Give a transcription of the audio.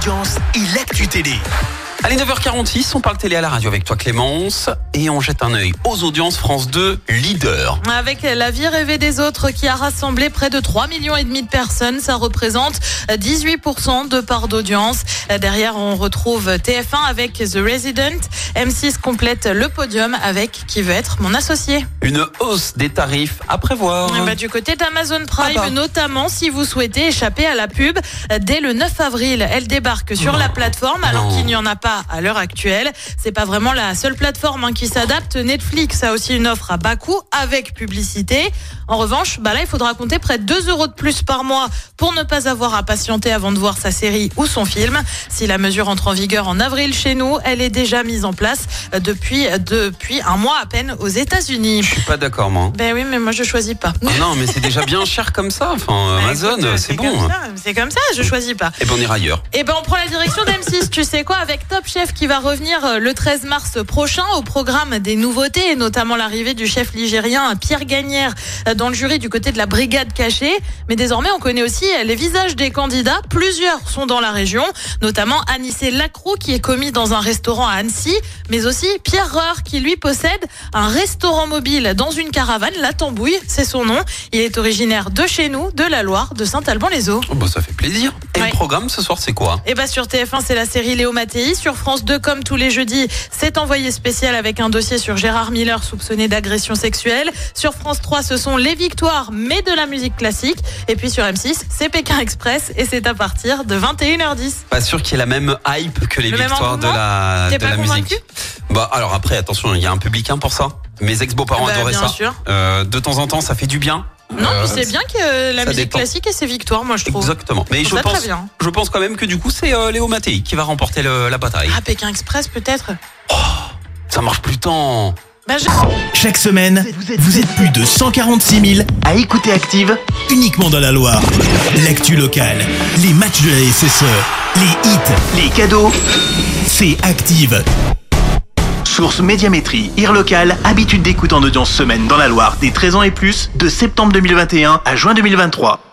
l'audience et l'actu télé. Allez, 9h46, on parle télé à la radio avec toi Clémence et on jette un œil aux audiences. France 2, leader. Avec La vie rêvée des autres qui a rassemblé près de 3,5 millions de personnes, ça représente 18% de part d'audience. Derrière, on retrouve TF1 avec The Resident. M6 complète le podium avec Qui veut être mon associé. Une hausse des tarifs à prévoir. Du côté d'Amazon Prime, notamment si vous souhaitez échapper à la pub, dès le 9 avril, elle débarque sur la plateforme alors qu'il n'y en a pas à l'heure actuelle. C'est pas vraiment la seule plateforme qui s'adapte. Netflix a aussi une offre à bas coût avec publicité. En revanche, là, il faudra compter près de 2 € de plus par mois pour ne pas avoir à patienter avant de voir sa série ou son film. Si la mesure entre en vigueur en avril chez nous, elle est déjà mise en place depuis un mois à peine aux États-Unis. Je suis pas d'accord, moi. Ben oui, mais moi je choisis pas. Ah non, mais c'est déjà bien cher comme ça. Enfin, Amazon, écoute, c'est bon. C'est comme ça, je choisis pas. Et ben on ira ailleurs. Et on prend la direction d'M6, tu sais quoi, avec Top Chef qui va revenir le 13 mars prochain au programme des nouveautés, et notamment l'arrivée du chef ligérien Pierre Gagnère dans le jury du côté de la brigade cachée. Mais désormais, on connaît aussi les visages des candidats. Plusieurs sont dans la région, notamment Anissé Lacroix qui est commis dans un restaurant à Annecy, mais aussi Pierre Reur qui lui possède un restaurant mobile dans une caravane, La Tambouille, c'est son nom. Il est originaire de chez nous, de la Loire, de Saint-Alban-les-Eaux. Oh ça fait plaisir. Et le programme ce soir, c'est quoi ? Sur TF1, c'est la série Léo Mattei. Sur France 2, comme tous les jeudis, c'est Envoyé spécial avec un dossier sur Gérard Miller soupçonné d'agression sexuelle. Sur France 3, ce sont les victoires, mais de la musique classique. Et puis sur M6, c'est Pékin Express et c'est à partir de 21h10. Pas sûr qu'il y ait la même hype que les victoires de la musique. Alors après, attention, il y a un public pour ça. Mes ex-beaux-parents adoraient ça. Sûr. De temps en temps, ça fait du bien. Non, puis c'est bien que la musique classique et ses victoires, moi je trouve. Exactement. Mais je pense quand même que du coup, c'est Léo Mattei qui va remporter la bataille. Ah, Pékin Express peut-être. Ça marche plus tant. Chaque semaine, vous êtes plus de 146 000 à écouter Active uniquement dans la Loire. L'actu locale, les matchs de la SSE, les hits, les cadeaux, c'est Active. Source Médiamétrie, IR local, habitude d'écoute en audience semaine dans la Loire des 13 ans et plus, de septembre 2021 à juin 2023.